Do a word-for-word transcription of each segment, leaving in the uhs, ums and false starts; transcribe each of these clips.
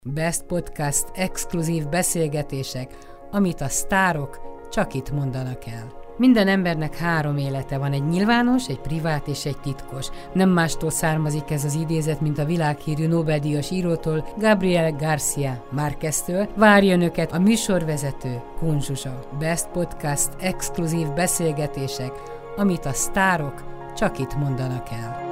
Best Podcast exkluzív beszélgetések, amit a sztárok csak itt mondanak el. Minden embernek három élete van, egy nyilvános, egy privát és egy titkos. Nem mástól származik ez az idézet, mint a világhírű Nobel-díjas írótól, Gabriel García Márqueztől. Várja önöket a műsorvezető, Kun Zsuzsa. Best Podcast exkluzív beszélgetések, amit a sztárok csak itt mondanak el.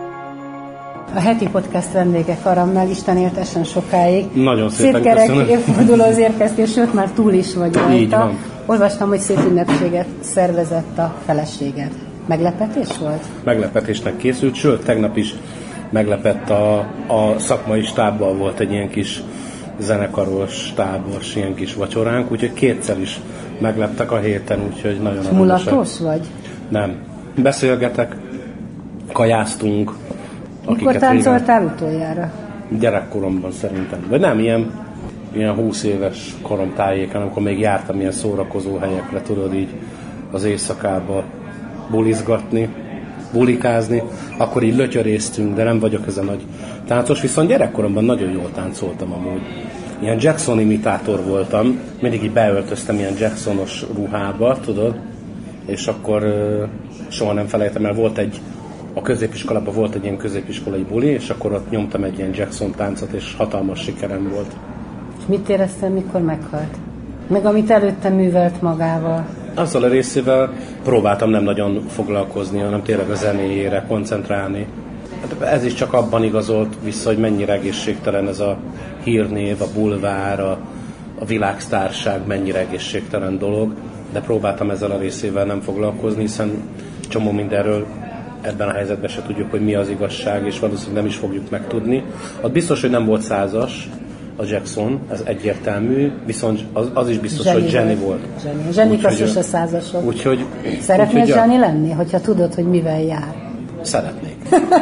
A heti podcast vendége Karammel, Isten éltessen sokáig. Nagyon szépen Szép köszönöm. kerek évfordulóhoz érkeztél, sőt már túl is vagy rajta. Így van. Olvastam, hogy szép ünnepséget szervezett a feleséged. Meglepetés volt? Meglepetésnek készült, sőt, tegnap is meglepett a, a szakmai stábbal volt egy ilyen kis zenekaros, stábos, ilyen kis vacsoránk, úgyhogy kétszer is megleptek a héten, úgyhogy nagyon aranyosak. Mulatos vagy? Nem. Beszélgetek, kajáztunk. Mikor táncoltál utoljára? Gyerekkoromban szerintem. Vagy nem, ilyen, ilyen húsz éves korom tájéken, amikor még jártam ilyen szórakozó helyekre, tudod, így az éjszakába bulizgatni, bulikázni, akkor így lötyöréztünk, de nem vagyok ez a nagy táncos, viszont gyerekkoromban nagyon jól táncoltam amúgy. Ilyen Jackson imitátor voltam, mindig így beöltöztem ilyen Jacksonos ruhába, tudod, és akkor uh, soha nem felejtem el, volt egy a középiskolában volt egy ilyen középiskolai buli, és akkor ott nyomtam egy ilyen Jackson táncot, és hatalmas sikerem volt. És mit éreztem, mikor meghalt? Meg amit előtte művelt magával? Azzal a részével próbáltam nem nagyon foglalkozni, hanem tényleg a zenéjére koncentrálni. Ez is csak abban igazolt vissza, hogy mennyire egészségtelen ez a hírnév, a bulvár, a, a világsztárság, mennyire egészségtelen dolog, de próbáltam ezzel a részével nem foglalkozni, hiszen csomó mindenről ebben a helyzetben se tudjuk, hogy mi az igazság, és valószínűleg nem is fogjuk megtudni. Az biztos, hogy nem volt százas a Jackson, ez egyértelmű, viszont az, az is biztos, Zseni hogy Jenny volt. Zseni. Zseni az sose százasok. Úgyhogy... Szeretnél úgy, Zseni lenni, hogyha tudod, hogy mivel jár? Szeretnék.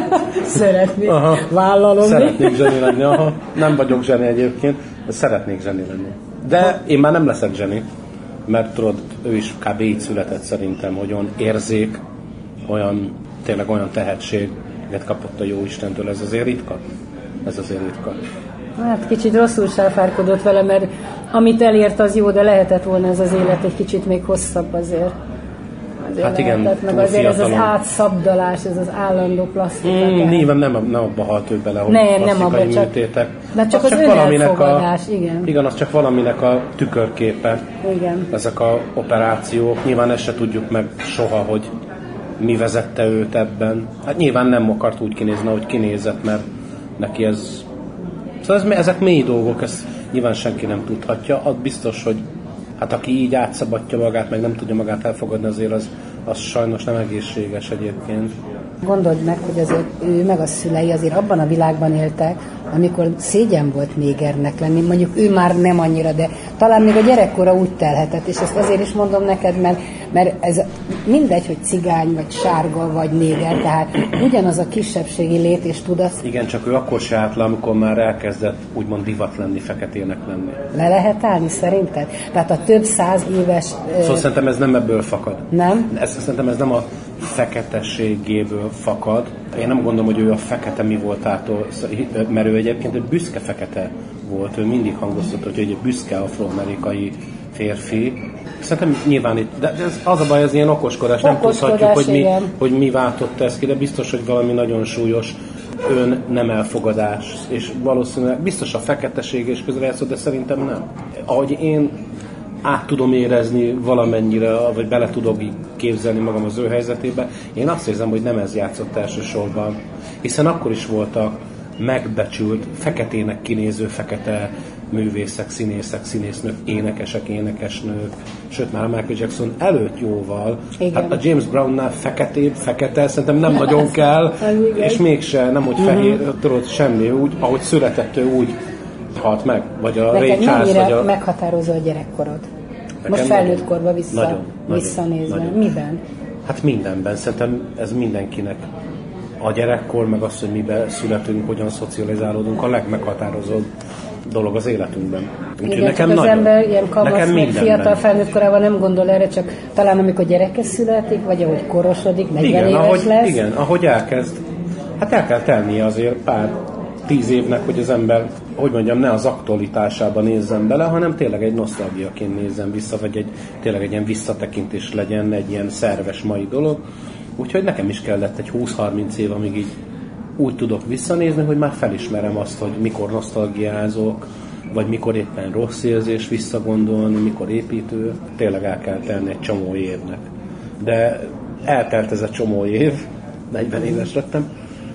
Szeretnék. Aha. Vállalom. Szeretnék Zseni lenni, aha. Nem vagyok Zseni egyébként, de szeretnék Zseni lenni. De én már nem leszek Zseni, mert tudod, ő is kb. Így született szerintem, hogy olyan érzék, olyan tényleg olyan tehetséget kapott a Jóistentől, ez azért ritka. Ez azért ritka. Hát kicsit rosszul sáfárkodott vele, mert amit elért az jó, de lehetett volna ez az élet egy kicsit még hosszabb azért. azért hát igen, lehetett, meg azért ez az átszabdalás, ez az állandó plasztika. Mm, nyilván nem, nem abba halt ő bele, hogy nem, plastikai nem abba, műtétek. Csak, csak az, az önelfogadás, igen. Igen, az csak valaminek a tükörképe. Igen. Ezek a operációk. Nyilván ezt se tudjuk meg soha, hogy mi vezette őt ebben. Hát nyilván nem akart úgy kinézni, ahogy kinézett, mert neki ez... Szóval ez, ezek mély dolgok, ezt nyilván senki nem tudhatja. Az biztos, hogy hát aki így átszabadja magát, meg nem tudja magát elfogadni, azért az, az sajnos nem egészséges egyébként. Gondold meg, hogy azért ő meg a szülei azért abban a világban éltek, amikor szégyen volt négernek lenni, mondjuk ő már nem annyira, de talán még a gyerekkora úgy telhetett, és ezt azért is mondom neked, mert, mert ez mindegy, hogy cigány, vagy sárga, vagy néger, tehát ugyanaz a kisebbségi lét és tudat. Igen, csak ő akkor se állt le, amikor már elkezdett úgymond divat lenni, feketének lenni. Le lehet állni szerinted? Tehát a több száz éves... Szóval ö... szerintem ez nem ebből fakad. Nem? Ez, szerintem ez nem a feketességéből fakad. Én nem gondolom, hogy ő a fekete mi voltától, mert ő egyébként egy büszke fekete volt. Ő mindig hangoztatott, hogy egy büszke afroamerikai férfi. Szerintem nyilván itt, de ez az a baj, ez ilyen okoskodás, nem tudhatjuk, hogy mi, hogy mi váltotta ezt ki, de biztos, hogy valami nagyon súlyos ön nem elfogadás, és valószínűleg biztos a feketeség és közrejátszott, de szerintem nem. Ahogy én át tudom érezni valamennyire, vagy bele tudok képzelni magam az ő helyzetébe, én azt érzem, hogy nem ez játszott elsősorban, hiszen akkor is voltak megbecsült, feketének kinéző fekete művészek, színészek, színésznők, énekesek, énekesnők, sőt már Michael Jackson előtt jóval. Igen. Hát a James Brownnál feketébb, fekete, szerintem nem nagyon kell, és mégse, nem hogy fehér, uh-huh. tudod, semmi, úgy, ahogy született ő, úgy halt meg, vagy a Ray Charles, vagy a... meghatározó a gyerekkorod? Nekem most felnőtt korba vissza, nagyon, visszanézve. Nagyon. Miben? Hát mindenben. Szerintem ez mindenkinek a gyerekkor, meg az, hogy miben születünk, hogyan szocializálódunk, a legmeghatározóbb dolog az életünkben. Úgyhogy igen, nekem csak az nagyon, ember ilyen kamasz, meg fiatal felnőtt korában nem gondol erre, csak talán amikor gyereke születik, vagy ahogy korosodik, negyven éves ahogy, lesz. Igen, ahogy elkezd. Hát el kell tennie azért pár tíz évnek, hogy az ember hogy mondjam, ne az aktualitásában nézzem bele, hanem tényleg egy nosztalgiaként nézzem vissza, vagy egy, tényleg egy ilyen visszatekintés legyen, egy ilyen szerves mai dolog. Úgyhogy nekem is kellett egy húsz-harminc év, amíg így úgy tudok visszanézni, hogy már felismerem azt, hogy mikor nosztalgiázok, vagy mikor éppen rossz érzés visszagondolni, mikor építő. Tényleg el kell tenni egy csomó évnek. De eltelt ez a csomó év, negyven éves lettem,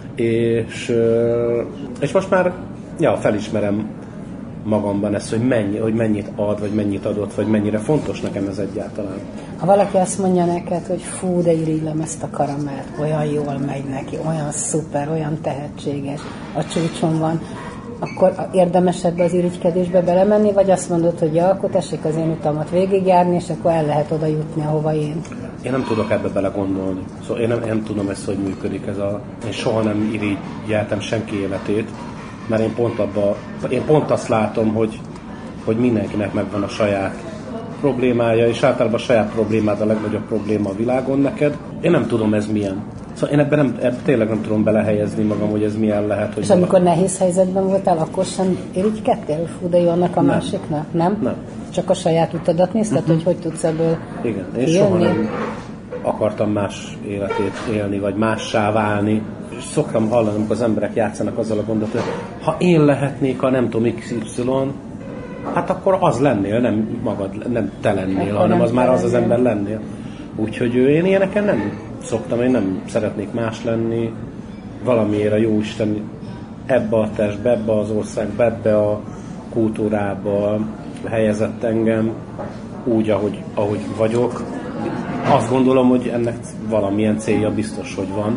és, és most már ja, felismerem magamban ezt, hogy, mennyi, hogy mennyit ad, vagy mennyit adott, vagy mennyire fontos nekem ez egyáltalán. Ha valaki azt mondja neked, hogy fú, de irigylem ezt a karamelt, olyan jól megy neki, olyan szuper, olyan tehetséges, a csúcson van, akkor érdemes ebbe az irigykedésbe belemenni, vagy azt mondod, hogy ja, akkor tessék az én utamat végigjárni, és akkor el lehet oda jutni, ahova én? Én nem tudok ebbe belegondolni. Szóval én nem, én nem tudom ezt, hogy működik ez a... Én soha nem irigyeltem senki életét, mert én pont, abba, én pont azt látom, hogy, hogy mindenkinek megvan a saját problémája, és általában a saját problémád a legnagyobb probléma a világon neked. Én nem tudom, ez milyen. Szóval én ebben, nem, ebben tényleg nem tudom belehelyezni magam, hogy ez milyen lehet. Hogy és amikor valami... nehéz helyzetben voltál, akkor sem irigykedtél, hogy fú, de jó annak a nem. másiknak? Nem? Nem. Csak a saját utadat nézted, uh-huh. hogy hogy tudsz ebből igen, én élni? Soha nem akartam más életét élni, vagy mássá válni. És szoktam hallani, amikor az emberek játszanak azzal a gondot, hogy ha én lehetnék a nem tudom iksz ipszilon, hát akkor az lennél, nem magad, nem te lennél, akkor hanem az már az az ember lennél. Úgyhogy én ilyeneken nem szoktam, én nem szeretnék más lenni, valamiért a Jóisten ebbe a testbe, ebbe az országba, ebbe a kultúrába helyezett engem úgy, ahogy, ahogy vagyok. Azt gondolom, hogy ennek valamilyen célja biztos, hogy van.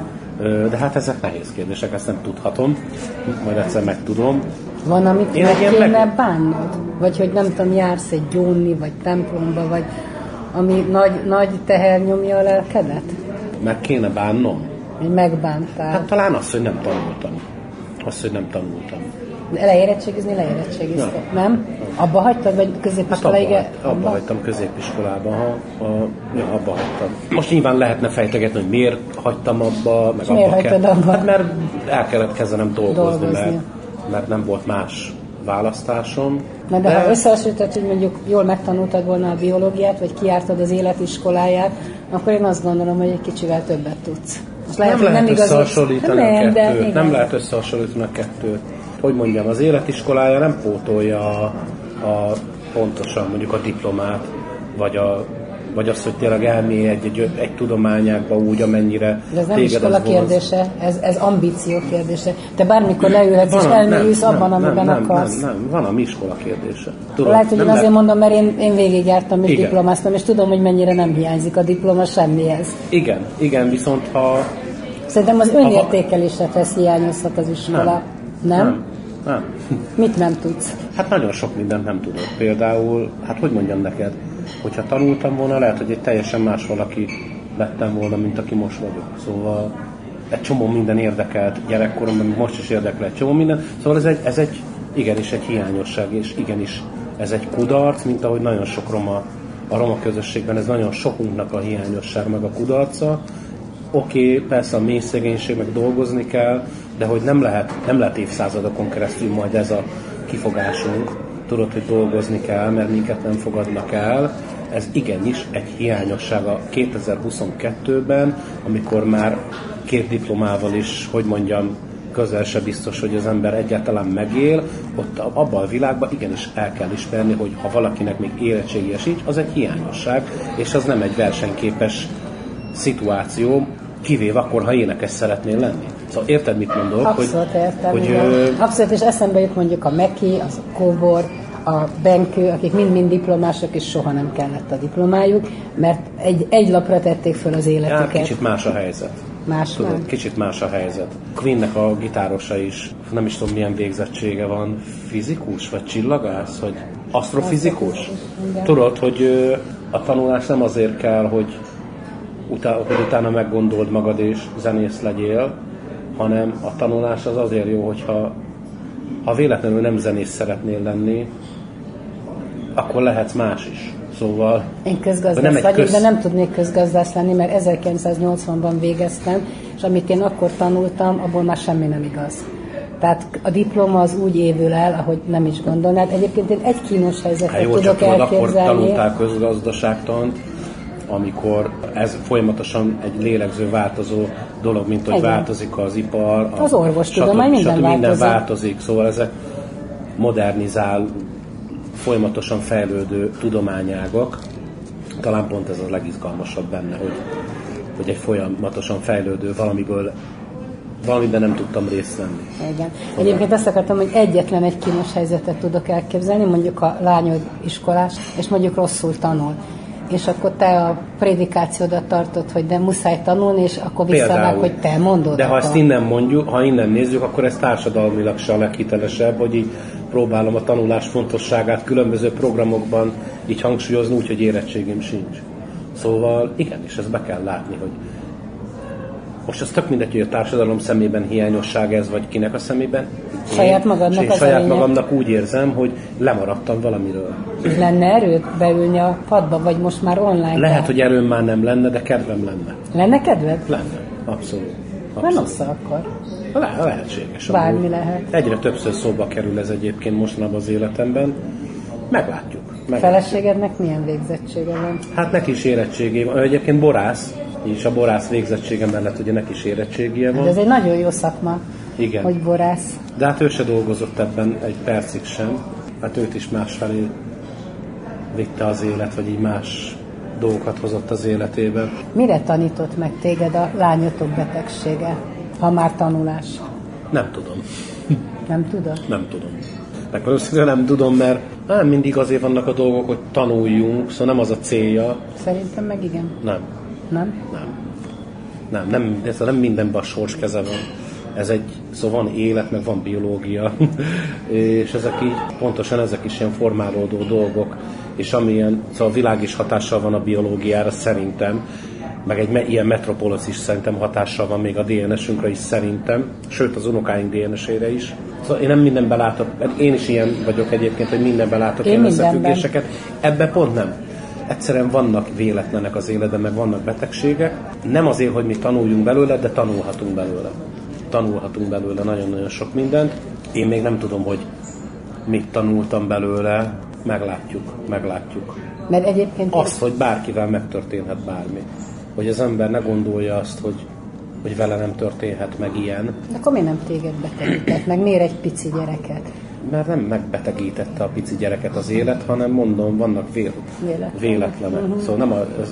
De hát ezek nehéz kérdések, ezt nem tudhatom, majd egyszer megtudom. Van, amit meg kéne meg... bánnod? Vagy hogy nem tudom, jársz egy gyónni, vagy templomba, vagy ami nagy, nagy teher nyomja a lelkedet? Meg kéne bánnom? Hogy megbántál. Hát talán az, hogy nem tanultam. Az, hogy nem tanultam. Leérettségizni, leérettségiztél, nem. nem? Abba hagytad, vagy középiskoláig? Hát abba, abba hagytam középiskolában, ha, ha, ja, abba hagytam. Most nyilván lehetne fejtegetni, hogy miért hagytam abba, meg abba miért hagytad kell. abba? Hát mert el kellett kezdenem dolgozni, dolgozni. Mert, mert nem volt más választásom. Na de, de ha összehasonlítod, hogy mondjuk jól megtanultad volna a biológiát, vagy kijártad az életiskoláját, akkor én azt gondolom, hogy egy kicsivel többet tudsz. Most lehet, nem lehet nem összehasonlítani nem, a kettőt. Nem lehet összehasonlítani a kettőt. Hogy mondjam, az életiskolája nem pótolja a, a pontosan mondjuk a diplomát, vagy, a, vagy azt, hogy tényleg elmély egy, egy, egy tudományákba úgy, amennyire de ez nem iskola kérdése, ez, ez ambíció kérdése. Te bármikor leülhetsz és elmélyülsz abban, nem, amiben nem, akarsz. Nem, nem, van a mi iskola kérdése. Tudom, lehet, hogy én lehet... azért mondom, mert én, én végigjártam és igen. diplomáztam, és tudom, hogy mennyire nem hiányzik a diploma semmihez. Igen, igen, viszont ha... Szerintem az önértékelésedhez hiányozhat az iskola. Nem? Nem. nem. Nem. Mit nem tudsz? Hát nagyon sok mindent nem tudok. Például, hát hogy mondjam neked, hogyha tanultam volna, lehet, hogy egy teljesen más valaki lettem volna, mint aki most vagyok. Szóval egy csomó minden érdekelt gyerekkoromban, most is érdekel egy csomó minden. Szóval ez egy, ez egy igenis egy hiányosság, és igenis ez egy kudarc, mint ahogy nagyon sok roma, a roma közösségben ez nagyon sokunknak a hiányosság, meg a kudarca. Oké, okay, persze a mély szegénység, meg dolgozni kell, de hogy nem lehet, nem lehet évszázadokon keresztül majd ez a kifogásunk. Tudod, hogy dolgozni kell, mert minket nem fogadnak el. Ez igenis egy hiányosság a kétezer-huszonkettőben, amikor már két diplomával is, hogy mondjam, közel se biztos, hogy az ember egyáltalán megél. Ott abban a világban igenis el kell ismerni, hogy ha valakinek még érettségie sincs, az egy hiányosság, és az nem egy versenyképes szituáció, kivéve akkor, ha énekes szeretnél lenni. Szóval érted, mit mondok? Abszolút hogy, értem, hogy, ö... Abszolút, és eszembe jut mondjuk a Meki, az a Kóbor, a Benkő, akik mind-mind diplomások, és soha nem kellett a diplomájuk, mert egy, egy lapra tették föl az életüket. Ja, kicsit más a helyzet. Más Tudod, kicsit más a helyzet. Queennek a gitárosa is, nem is tudom milyen végzettsége van, fizikus, vagy csillagász, vagy asztrofizikus? Tudod, hogy a tanulás nem azért kell, hogy Utána, hogy utána meggondold magad és zenész legyél, hanem a tanulás az azért jó, hogyha ha véletlenül nem zenész szeretnél lenni, akkor lehetsz más is. Szóval... Én közgazdász vagyok, köz... de nem tudnék közgazdász lenni, mert ezerkilencszáznyolcvanban végeztem, és amit én akkor tanultam, abból már semmi nem igaz. Tehát a diploma az úgy évül el, ahogy nem is gondolnád. Egyébként én egy kínos helyzetet hát jó, tudok elképzelni. Akkor tanultál közgazdaságtant, amikor ez folyamatosan egy lélegző, változó dolog, mint hogy igen. változik az ipar. Az orvostudomány, minden változik. Minden változik, szóval ezek modernizál, folyamatosan fejlődő tudományágak. Talán pont ez a legizgalmasabb benne, hogy, hogy egy folyamatosan fejlődő valamiből valamiben nem tudtam részt venni. Igen. Egyébként azt akartam, hogy egyetlen egy kínos helyzetet tudok elképzelni, mondjuk a lányod iskolás, és mondjuk rosszul tanul. És akkor te a prédikációdat tartod, hogy de muszáj tanulni, és akkor visszavág, hogy te mondod. De ha ezt innen mondjuk, ha innen nézzük, akkor ez társadalmilag se a leghitelesebb, hogy így próbálom a tanulás fontosságát különböző programokban így hangsúlyozni, úgy, hogy érettségim sincs. Szóval igen, és ezt be kell látni, hogy most az tök mindegy, hogy a társadalom szemében hiányosság ez, vagy kinek a szemében. Saját magadnak én, az saját elények. Magamnak úgy érzem, hogy lemaradtam valamiről. Lenne erőd beülni a padba, vagy most már online? Lehet, kell? Hogy erőm már nem lenne, de kedvem lenne. Lenne kedved? Lenne, abszolút. Már nosza akkor. Le, lehetséges. Bármi amúgy. Lehet. Egyre többször szóba kerül ez egyébként mostanában az életemben. Meglátjuk. meglátjuk. Feleségednek milyen végzettsége van? Hát neki is érettségé van. Egyébként borász. És a borász végzettsége mellett ugye neki is érettségie van. De ez egy nagyon jó szakma, igen. Hogy borász. De hát ő se dolgozott ebben egy percig sem. Hát őt is másfelé vitte az élet, vagy így más dolgokat hozott az életébe. Mire tanított meg téged a lányotok betegsége, ha már tanulás? Nem tudom. Nem tudod? Nem tudom. Meg valószínűleg nem tudom, mert nem mindig azért vannak a dolgok, hogy tanuljunk, szóval nem az a célja. Szerintem meg igen. Nem. Nem? Nem. Nem, nem, ez nem mindenben a sors keze van. Ez egy, szóval van élet, meg van biológia, és ezek így, pontosan ezek is ilyen formálódó dolgok, és amilyen, szóval a világ is hatással van a biológiára szerintem, meg egy me- ilyen metropolis is szerintem hatással van még a dé en es-ünkre is szerintem, sőt az unokáink dé en es-ére is. Szóval én nem mindenben látok, én is ilyen vagyok egyébként, hogy mindenben látok én ilyen összefüggéseket, ebben pont nem. Egyszerűen vannak véletlenek az életben, meg vannak betegségek. Nem azért, hogy mi tanuljunk belőle, de tanulhatunk belőle. Tanulhatunk belőle nagyon-nagyon sok mindent. Én még nem tudom, hogy mit tanultam belőle. Meglátjuk, meglátjuk. Mert egyébként... Azt, hogy bárkivel megtörténhet bármi. Hogy az ember ne gondolja azt, hogy, hogy vele nem történhet meg ilyen. De akkor miért nem téged betegített? Meg miért egy pici gyereket? Mert nem megbetegítette a pici gyereket az élet, hanem mondom, vannak vél, véletlenek. Uh-huh. Szóval nem a, ez,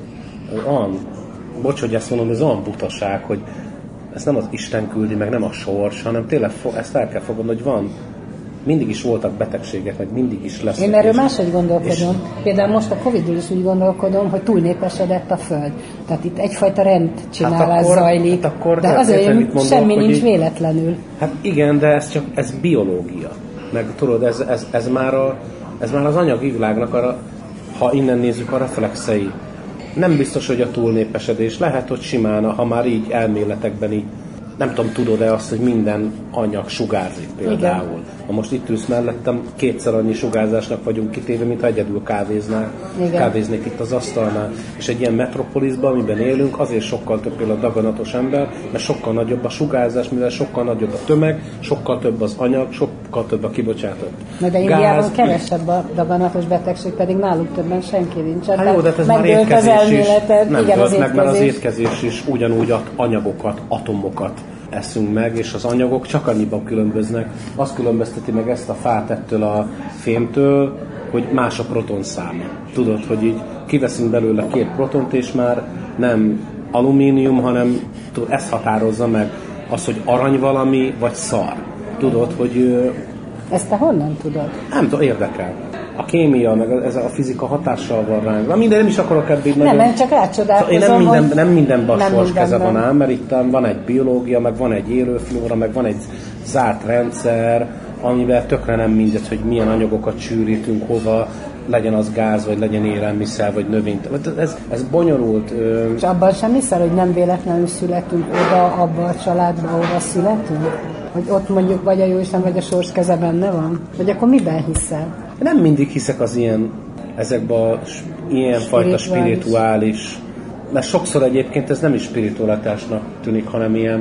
ez olyan, bocs, hogy ezt mondom, ez olyan butaság, hogy ez nem az Isten küldi, meg nem a sors, hanem tényleg ezt el kell fogadni, hogy van, mindig is voltak betegségek, meg mindig is lesznek. Én erről máshogy gondolkodom. És... Például most a Covid-ról is úgy gondolkodom, hogy túlnépesedett a Föld. Tehát itt egyfajta rendcsinálás hát zajlik. Hát akkor de azért értem, mondok, semmi nincs így, véletlenül. Hát igen, de ez csak ez biológia. Meg tudod, ez, ez, ez, már, a, ez már az anyagi világnak, arra, ha innen nézzük, a reflexei. Nem biztos, hogy a túlnépesedés. Lehet, hogy simán, ha már így elméletekben így, nem tudom, tudod-e azt, hogy minden anyag sugárzik például. Igen. Ha most itt ülsz mellettem, kétszer annyi sugárzásnak vagyunk kitéve, mint ha egyedül kávéznál, kávéznék itt az asztalnál. És egy ilyen metropolisban, amiben élünk, azért sokkal több például a daganatos ember, mert sokkal nagyobb a sugárzás, mivel sokkal nagyobb a tömeg, sokkal több az anyag, sokkal több a kibocsátott. Na de Indiában kevesebb a daganatos betegség, pedig náluk többen senki nincs. Hát jó, de ez már étkezés is. Nem dölt meg, mert az étkezés is ugyanúgy anyagokat, atomokat eszünk meg, és az anyagok csak annyiban különböznek. Azt különbözteti meg ezt a fát ettől a fémtől, hogy más a protonszáma. Tudod, hogy így kiveszünk belőle két protont, és már nem alumínium, hanem tudod, ezt határozza meg az, hogy arany valami, vagy szar. Tudod, hogy... Ezt te honnan tudod? Nem tudom, érdekel. A kémia, meg ez a fizika hatással van ránk. Na minden, nem is akarok ebből nagyon... Nem, csak rácsodálkozom, én nem minden, nem mindenben nem sors keze van ám, mert itt van egy biológia, meg van egy élőflóra, meg van egy zárt rendszer, amivel tökre nem mindegy, hogy milyen anyagokat sűrítünk hova, legyen az gáz, vagy legyen élelmiszer, vagy növényt. Ez, ez bonyolult. És abban sem hiszel, hogy nem véletlenül születünk oda, abba a családba, ahova születünk? Hogy ott mondjuk vagy a jóisten, vagy a sors keze benne van? Vagy akkor miben hiszel? Nem mindig hiszek az ilyen, ezekben a ilyen fajta spirituális, mert sokszor egyébként ez nem is spiritualitásnak tűnik, hanem ilyen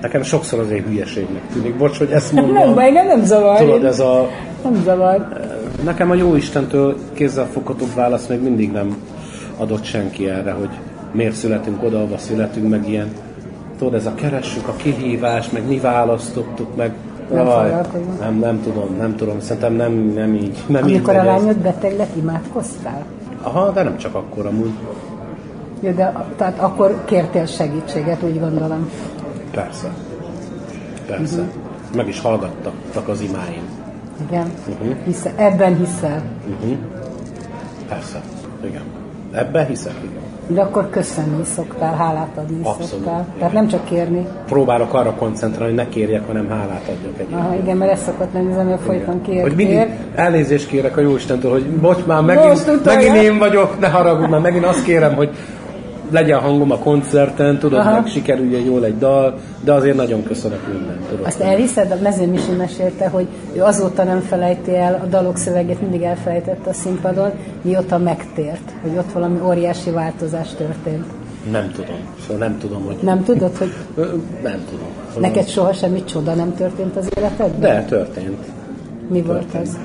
Nekem sokszor azért hülyeségnek tűnik. Bocs, hogy ezt mondom. Nem baj, nem, nem zavar. Tudod, ez a... Nem zavar. Nekem a Jóistentől kézzelfoghatóbb válasz még mindig nem adott senki erre, hogy miért születünk oda, ahova születünk, meg ilyen. Tudod, ez a keressük, a kihívás, meg mi választottuk, meg... Nem, Raj, nem, nem tudom, nem tudom, szerintem nem, nem így. Nem Amikor így a lányod beteg lett, imádkoztál? Aha, de nem csak akkor amúgy. Ja, de tehát akkor kértél segítséget, úgy gondolom. Persze. Persze. Uh-huh. Meg is hallgattak az imáim. Igen? Uh-huh. Hisze, ebben hiszel? Uh-huh. Persze. Igen. Ebben hiszek, igen. De akkor köszönni szoktál, hálát adni Abszolút. szoktál. Tehát nem csak kérni. Próbálok arra koncentrálni, hogy ne kérjek, hanem hálát adjak egyébként. Aha, igen, mert ez szokott lenni, mert folyton kér, Hogy mindig kér. elnézést kérek a Jóistentől, hogy bocs, már megint, megint én vagyok, ne haragudj, már megint azt kérem, hogy legyen hangom a koncerten, tudod, aha, meg sikerüljön jól egy dal, de azért nagyon köszönök mindent. Tudod. Azt elhiszed, a Mező Misi mesélte, hogy ő azóta nem felejti el, a dalok szövegét mindig elfelejtette a színpadon, mióta megtért, hogy ott valami óriási változás történt. Nem tudom, szóval nem tudom, hogy... Nem tudod, hogy... Nem tudom. Szóval... Neked soha semmi csoda nem történt az életedben? De, történt. Mi történt. volt ez?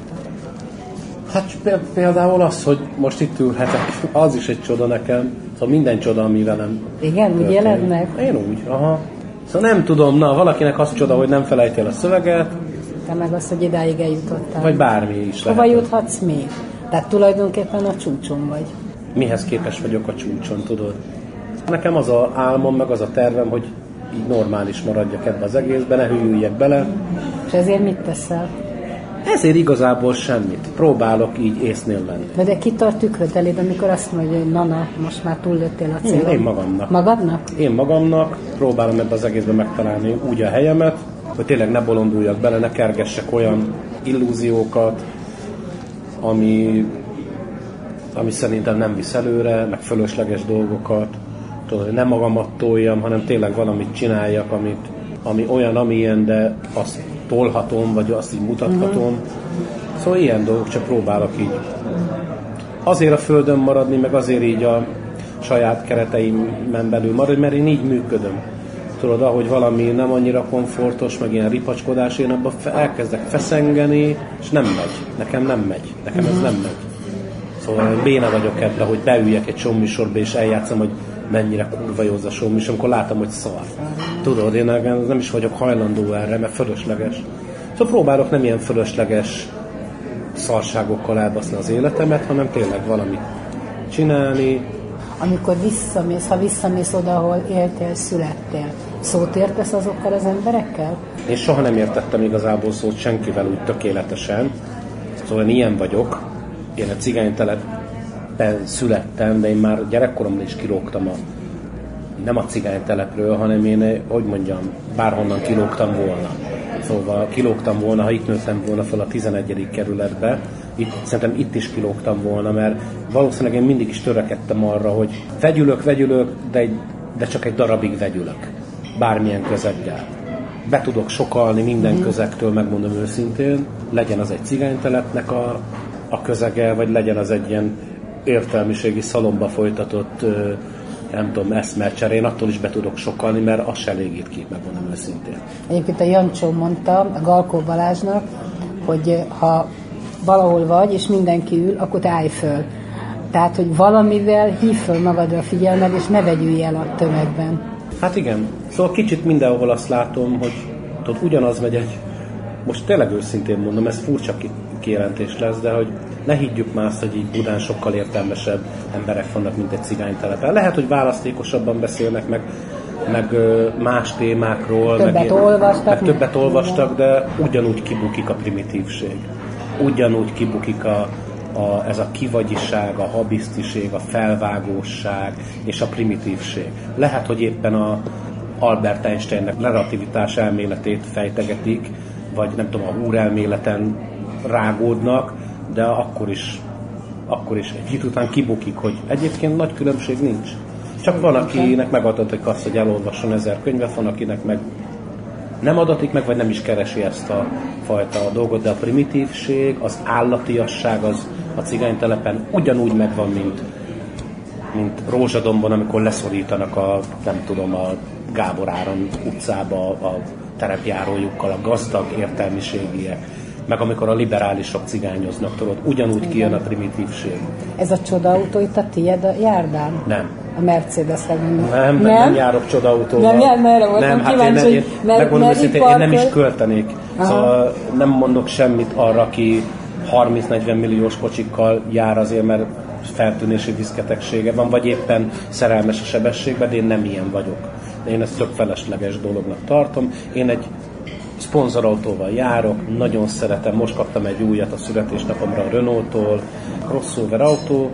Hát például az, hogy most itt ülhetek, az is egy csoda nekem. Szóval minden csoda, ami velem igen, úgy éled meg? Én úgy, aha. Szóval nem tudom, na, valakinek az csoda, hogy nem felejti el a szöveget. Te meg az, hogy idáig eljutottál. Vagy bármi is lehet. Hova juthatsz még? Tehát tulajdonképpen a csúcson vagy. Mihez képes vagyok a csúcson, tudod? Nekem az a álmom, meg az a tervem, hogy így normális maradjak ebbe az egészben, ne hülyüljek bele. És ezért mit teszel? Ezért igazából semmit. Próbálok így észnél lenni. De, de ki tart tükröt eléd, amikor azt mondja, hogy na-na, most már túllőttél a célon? Én magamnak. Magadnak? Én magamnak próbálom ebbe az egészben megtalálni úgy a helyemet, hogy tényleg ne bolonduljak bele, ne kergessek olyan illúziókat, ami, ami szerintem nem visz előre, meg fölösleges dolgokat. Tudod, hogy nem magamat toljam, hanem tényleg valamit csináljak, amit, ami olyan, amilyen, de azt tolhatom, vagy azt így mutathatom. Uh-huh. Szóval ilyen dolgok, csak próbálok így azért a földön maradni, meg azért így a saját kereteimen belül maradni, mert én így működöm. Tudod, ahogy valami nem annyira komfortos, meg ilyen ripacskodás, én abban elkezdek feszengeni, és nem megy. Nekem nem megy. Nekem uh-huh. ez nem megy. Szóval én béna vagyok ebben, hogy beüljek egy showműsorba, és eljátszom, hogy mennyire kurva jó az a showműsor, amikor látom, hogy szar. Tudod, én nem is vagyok hajlandó erre, mert fölösleges. Szóval próbálok nem ilyen fölösleges szarságokkal elbaszni az életemet, hanem tényleg valamit csinálni. Amikor visszamész, ha visszamész oda, ahol éltél, születtél, szót értesz azokkal az emberekkel? Én soha nem értettem igazából szót senkivel úgy tökéletesen. Szóval én ilyen vagyok. Én a cigánytelepben születtem, de én már gyerekkoromban is kilógtam a, nem a cigánytelepről, hanem én, hogy mondjam, bárhonnan kilógtam volna. Szóval kilógtam volna, ha itt nőttem volna fel a tizenegyedik kerületbe, itt, szerintem itt is kilógtam volna, mert valószínűleg én mindig is törekedtem arra, hogy vegyülök, vegyülök, de, egy, de csak egy darabig vegyülök. Bármilyen közeggel. Be tudok sokalni minden mm. közektől, megmondom őszintén, legyen az egy cigánytelepnek a, a közege, vagy legyen az egy ilyen értelmiségi szalomba folytatott, nem tudom, eszmercsere, én attól is be tudok sokalni, mert az se elégít ki, megmondom őszintén. Egyébként a Jancsó mondta, a Galkó Balázsnak, hogy ha valahol vagy, és mindenki ül, akkor te állj föl. Tehát, hogy valamivel hív föl magadra a figyelmed, és ne vegyülj el a tömegben. Hát igen. Szóval kicsit mindenhol azt látom, hogy tudod, ugyanaz megy egy, most tényleg őszintén mondom, ez furcsa kijelentés lesz, de hogy ne higgyük már azt, hogy így Budán sokkal értelmesebb emberek vannak, mint egy cigánytelepen. Lehet, hogy választékosabban beszélnek, meg, meg más témákról, többet meg, olvastak, meg többet olvastak, de ugyanúgy kibukik a primitívség. Ugyanúgy kibukik a, a, ez a kivagyiság, a habisztiség, a felvágóság és a primitívség. Lehet, hogy éppen a Albert Einsteinnek relativitás elméletét fejtegetik, vagy nem tudom, a húrelméleten rágódnak, de akkor is, akkor is egy hét után kibukik, hogy egyébként nagy különbség nincs. Csak van, akinek megadatik azt, hogy elolvasson ezer könyvet, van, akinek meg nem adatik meg, vagy nem is keresi ezt a fajta dolgot, de a primitívség, az állatiasság az a cigánytelepen ugyanúgy megvan, mint, mint Rózsadombon, amikor leszorítanak a, nem tudom, a Gábor Áron utcába a terepjárójukkal, a gazdag értelmiségiek, meg amikor a liberálisok cigányoznak, tudod, ugyanúgy igen. Kijön a primitívség. Ez a csodaautó itt a tiéd a járdán? Nem. A Mercedes-re gondolom. Nem, nem, nem járok csodautóval. Nem jár, merre voltam nem, kíváncsi, hát én, én, mert, megmondom mert őszintén, én nem is költenék. Aha. Szóval nem mondok semmit arra, aki harminc-negyven milliós kocsikkal jár azért, mert feltűnési diszketegsége van, vagy éppen szerelmes a sebességben, de én nem ilyen vagyok. De én ezt tök felesleges dolognak tartom. Én egy szponzorautóval járok, nagyon szeretem, most kaptam egy újat a születésnapomra a Renault-tól, crossover autó,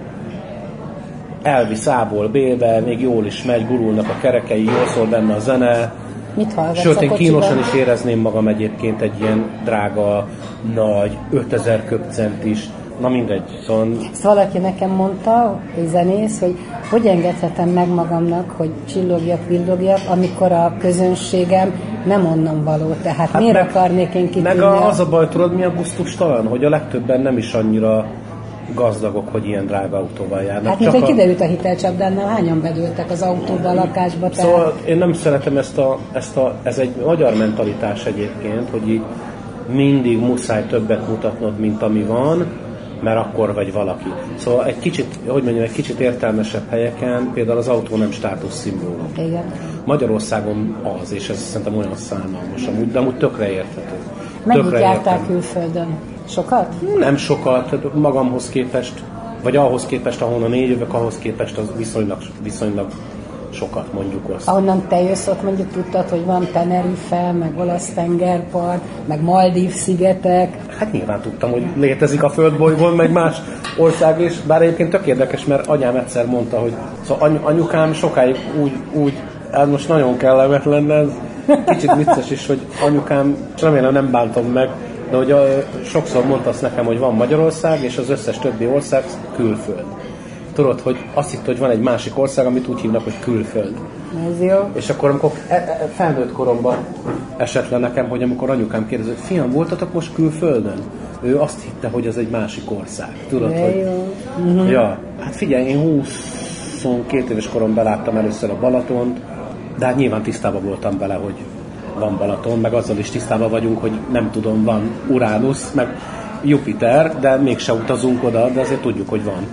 elvisz A-ból B-be, még jól is megy, gurulnak a kerekei, jól szól benne a zene. Mit hallgatsz? Sőt, én kínosan is érezném magam egyébként egy ilyen drága, nagy, ötezer köbcentis, na mindegy. Szóval... Ezt valaki nekem mondta, egy zenész, hogy hogy engedhetem meg magamnak, hogy csillogjak, villogjak, amikor a közönségem nem onnan való. Tehát hát miért meg, akarnék én kitűnni? Meg a, az a baj, tudod, mi a gusztustalan? Hogy a legtöbben nem is annyira gazdagok, hogy ilyen drága autóval járnak. Hát mint hogy a... kiderült a hitelcsapdánál, hányan bedőltek az autóba, a lakásba. Tehát... Szóval én nem szeretem ezt a, ezt a, ez egy magyar mentalitás egyébként, hogy így mindig muszáj többet mutatnod, mint ami van, mert akkor vagy valaki. Szóval egy kicsit, hogy mondjam, egy kicsit értelmesebb helyeken például az autó nem státuszszimbólum. Igen. Magyarországon az, és ez szerintem olyan szánalmas, amúgy, de amúgy tökre érthető. Mennyit jártál külföldön? Sokat? Nem sokat, magamhoz képest, vagy ahhoz képest, ahonnan én jövök, ahhoz képest az viszonylag, viszonylag sokat, mondjuk azt. Ahonnan te jössz, ott mondjuk tudtad, hogy van Tenerife, meg olasz tengerpart, meg Maldív szigetek. Hát nyilván tudtam, hogy létezik a földbolygón, meg más ország is, bár egyébként tök érdekes, mert anyám egyszer mondta, hogy szóval any- anyukám sokáig úgy, úgy, ez most nagyon kellemetlen, ez kicsit vicces is, hogy anyukám, és remélem nem bántom meg, de hogy a, sokszor mondta azt nekem, hogy van Magyarország, és az összes többi ország külföld. Tudod, hogy azt hitt, hogy van egy másik ország, amit úgy hívnak, hogy külföld. Ez jó. És akkor, amikor e- e- felnőtt koromban esett le nekem, hogy amikor anyukám kérdezett, fiam, voltatok most külföldön? Ő azt hitte, hogy ez egy másik ország. Tudod, de hogy... jó. Uh-huh. Ja, hát figyelj, én huszonkét éves koromban láttam először a Balatont, de hát nyilván tisztában voltam vele, hogy van Balaton, meg azzal is tisztában vagyunk, hogy nem tudom, van Uránusz, meg Jupiter, de mégse utazunk oda, de azért tudjuk, hogy van.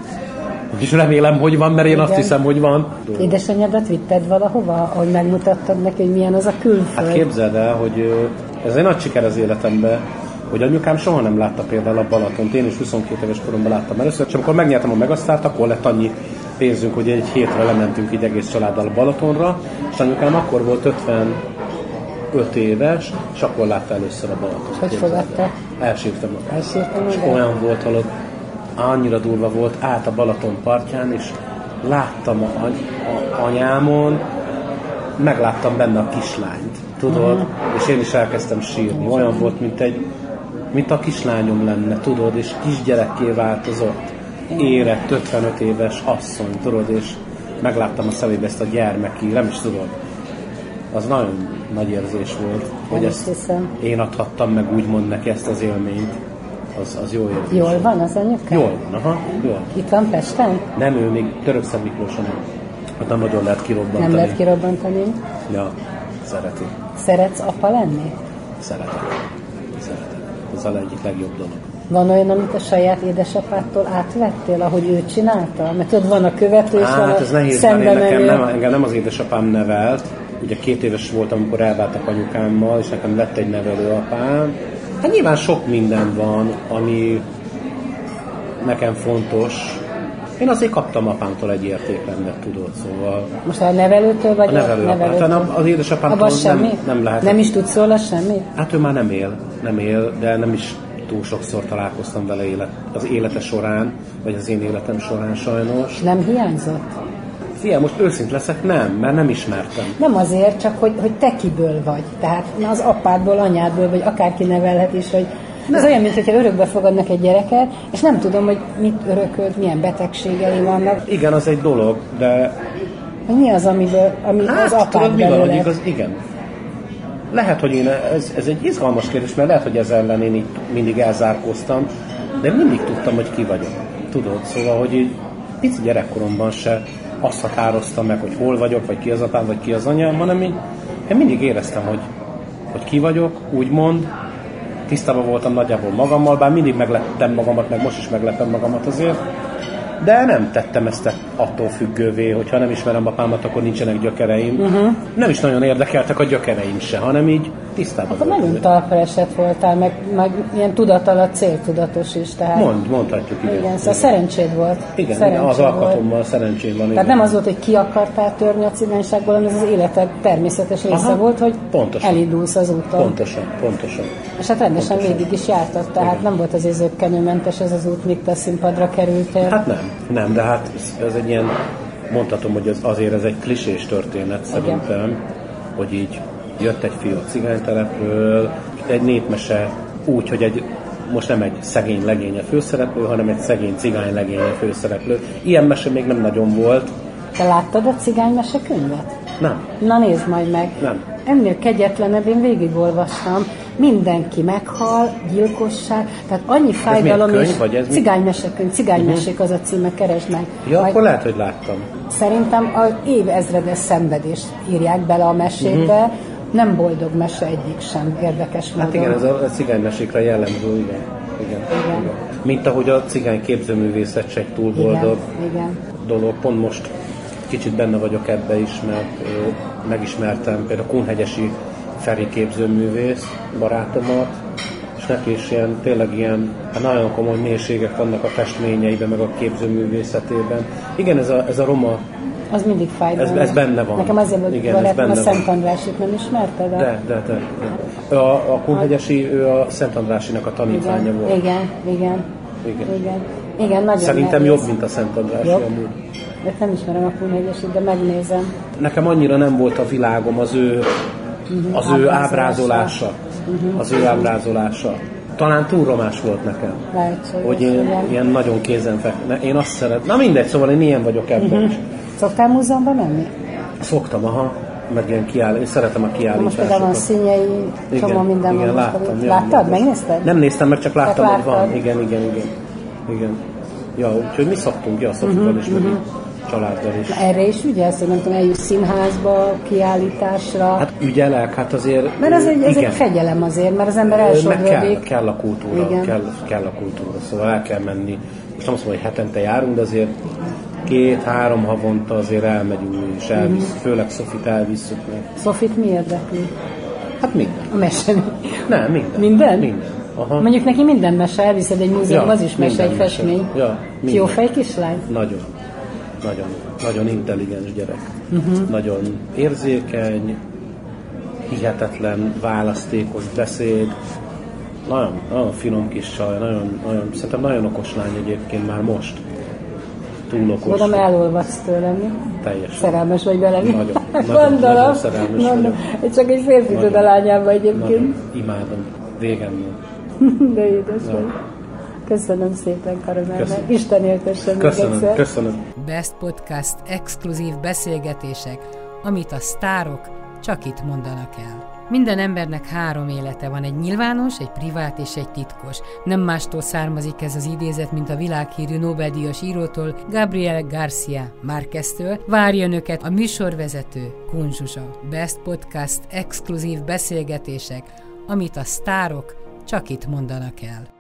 És remélem, hogy van, mert én igen. Azt hiszem, hogy van. Édesanyádat vitted valahova, hogy megmutattad neki, hogy milyen az a külföld? Hát képzeld el, hogy ez egy nagy siker az életemben, hogy anyukám soha nem látta például a Balatont. Én is huszonkét éves koromban láttam először, és amikor megnyertem a Megasztárt, akkor lett annyi pénzünk, hogy egy hétre lementünk így egész családdal a Balatonra, és anyukám akkor volt ötvenöt éves, és akkor látta először a Balatont. Hogy fogadta? Elsírtam. Elsírtam. És olyan volt, hogy annyira durva volt, át a Balaton partján, és láttam a, a anyámon, megláttam benne a kislányt, tudod, uh-huh. És én is elkezdtem sírni. Olyan volt, mint egy, mint a kislányom lenne, tudod, és kisgyerekké változott, érett, ötvenöt éves asszony, tudod, és megláttam a szemébe ezt a gyermeki, nem is tudod. Az nagyon nagy érzés volt, hogy ezt hiszem. Én adhattam meg úgymond neki ezt az élményt. Az, az jó érzés. Jól van az anyuka? Jól van, aha, jól. Itt van Pesten? Nem, ő még Törökszent Miklóson. Ott nem nagyon lehet kirobbantani. Nem lehet kirobbantani? Ja, szereti. Szeretsz apa lenni? Szeretek. Szeretek. Ez a egyik legjobb dolog. Van olyan, amit a saját édesapától átvettél, ahogy ő csinálta? Mert tudod, van a követő, és van hát, ez nehéz, mert én nekem nem, engem nem az édesapám nevelt. Ugye két éves voltam, amikor elváltak anyukámmal, és nekem lett egy nevelőapám. Hát nyilván sok minden van, ami nekem fontos. Én azért kaptam apámtól egy értékrendet, tudod, szóval... Most a nevelőtől vagy a nevelőapától? Hát az édesapámtól nem, nem lehet. Nem is tudsz róla semmit? Hát ő már nem él, nem él, de nem is túl sokszor találkoztam vele élet, az élete során, vagy az én életem során sajnos. Nem hiányzott? Figyelj, most őszint leszek, nem, mert nem ismertem. Nem azért, csak hogy, hogy te kiből vagy. Tehát az apádból, anyádból, vagy akárki nevelhet is, hogy nem. Ez olyan, mintha örökbe fogadnak egy gyereket, és nem tudom, hogy mit örökölt, milyen betegségei vannak. Igen, az egy dolog, de... Hogy mi az, amiből, ami hát, az apád belőle? Igaz, igen. Lehet, hogy én, ez, ez egy izgalmas kérdés, mert lehet, hogy ez ellen én így mindig elzárkóztam, de mindig tudtam, hogy ki vagyok. Tudod, szóval, hogy így pici gyerekkoromban se azt határozta meg, hogy hol vagyok, vagy ki az apám, vagy ki az anyám, hanem így, én mindig éreztem, hogy, hogy ki vagyok, úgymond, tisztában voltam nagyjából magammal, bár mindig megleptem magamat, meg most is meglepem magamat azért, de nem tettem ezt attól függővé, hogyha nem ismerem apámat, akkor nincsenek gyökereim. Uh-huh. Nem is nagyon érdekeltek a gyökereim se, hanem így tisztában voltam. Akkor nagyon talpra esett voltál, meg, meg ilyen tudatalatt céltudatos is. Tehát... Mond, mondhatjuk, igen. Igen, szóval szerencséd volt. Igen, szerencséd az alkatommal szerencsém van. Tehát igen. Nem az volt, hogy ki akartál törni a cigányságból, hanem ez az életed természetes része Aha, volt, hogy pontosan. Elindulsz az úton. Pontosan, pontosan. És hát rendesen pontosan. Végig is jártad, tehát igen. Nem volt az zökkenőmentes ez az út, míg te a színpadra kerültél. Hát nem, nem, de hát ez egy ilyen, mondhatom, hogy az, azért ez egy klisés történet szerintem, igen. Hogy így jött egy fiú a cigánytelepről, egy népmese úgy, hogy egy, most nem egy szegény legény a főszereplő, hanem egy szegény cigány legény a főszereplő. Ilyen mese még nem nagyon volt. Te láttad a cigánymese könyvet? Nem. Na nézd majd meg. Nem. Ennél kegyetlenebb, én végigolvastam. Mindenki meghal, gyilkosság, tehát annyi fájdalom és cigánymesekönyv, cigánymesék az a címe, keresd meg. Ja, majd akkor lehet, hogy láttam. Szerintem az évezredes szenvedést írják bele a mesébe, uh-huh. Nem boldog mese egyik sem, érdekes módon. Hát igen, ez a cigány-mesékre jellemző, igen. Igen. Igen. Igen. Mint ahogy a cigány képzőművészet se egy túl boldog igen. Igen. dolog. Pont most kicsit benne vagyok ebbe is, mert megismertem például a Kunhegyesi Feri képzőművész barátomat, és neki is ilyen, tényleg ilyen hát nagyon komoly mélységek vannak a festményeiben, meg a képzőművészetében. Igen, ez a, ez a roma... Az mindig fájdalmas. Ez, ez benne van. Nekem azért volt barátom, a Szent Andrásit nem ismerted? De, de, de. de. A, a Kunhegyesi, ő a Szent Andrásinak a tanítványa igen, volt. Igen, igen. Igen. Igen, igen nagyon szerintem nehéz. Jobb, mint a Szent Andrási amúgy. De nem ismerem a Kunhegyesit, de megnézem. Nekem annyira nem volt a világom az ő, uh-huh, az ő ábrázolása. Uh-huh. Az ő ábrázolása. Talán túl romás volt nekem. Lehetséges, hogy én igen. Ilyen nagyon kézenfekvő. Én azt szeret. Na mindegy, szóval én ilyen vagyok ebben uh-huh. is. Szoktál múzeumban menni? Szoktam, aha. Meg ilyen kiállítás. Én szeretem a kiállításokat. Most például van Színyei, csomó minden igen, van. láttam. Ja, láttad? Megnézted? Nem néztem meg, csak láttam, csak hogy van. Igen, igen, igen. Igen. Ja, úgyhogy mi szoktunk, ja, Szofival uh-huh, is, uh-huh. meg családdal is. Erre is ügyelsz, hogy nem tudom, eljussz színházba, kiállításra. Hát ügyelek, hát azért... Mert ez egy, ez egy fegyelem azért, mert az ember elsodródik. Kell, kell a kultúra, kell, kell a kultúra, szóval el kell menni. Most nem azt mondom, hogy hetente járunk, de azért két-három havonta azért elmegyünk és elvisz, uh-huh. főleg Szofit elvisszük meg. Szofit mi érdekli? Hát minden. A mese. Nem, minden. Minden? Minden. Aha. Mondjuk neki minden mese, elviszed egy múzeum, ja, az is mese, egy festmény. Ja, jó fej kislány? Nagyon. Nagyon. Nagyon intelligens gyerek. Uh-huh. Nagyon érzékeny, hihetetlen, választékos beszéd. Nagyon, nagyon finom kis csaj, nagyon, nagyon, szerintem nagyon okos lány egyébként már most. Túl okos. Mondom, elolvadsz tőlem, mi? Teljesen. Szerelmes vagy bele, mi? Nagyon, nagyon, nagyon szerelmes vagyok. Csak egy férfi tud a lányába egyébként. Nagyon, imádom. Régen. De édes vagy. Köszönöm szépen, Karamellnek. Isten éltessen még köszönöm, egyszer. Köszönöm. Best Podcast exkluzív beszélgetések, amit a sztárok csak itt mondanak el. Minden embernek három élete van, egy nyilvános, egy privát és egy titkos. Nem mástól származik ez az idézet, mint a világhírű Nobel-díjas írótól, Gabriel García Márqueztől. Várja önöket a műsorvezető, Kun Zsuzsa. Best Podcast exkluzív beszélgetések, amit a sztárok csak itt mondanak el.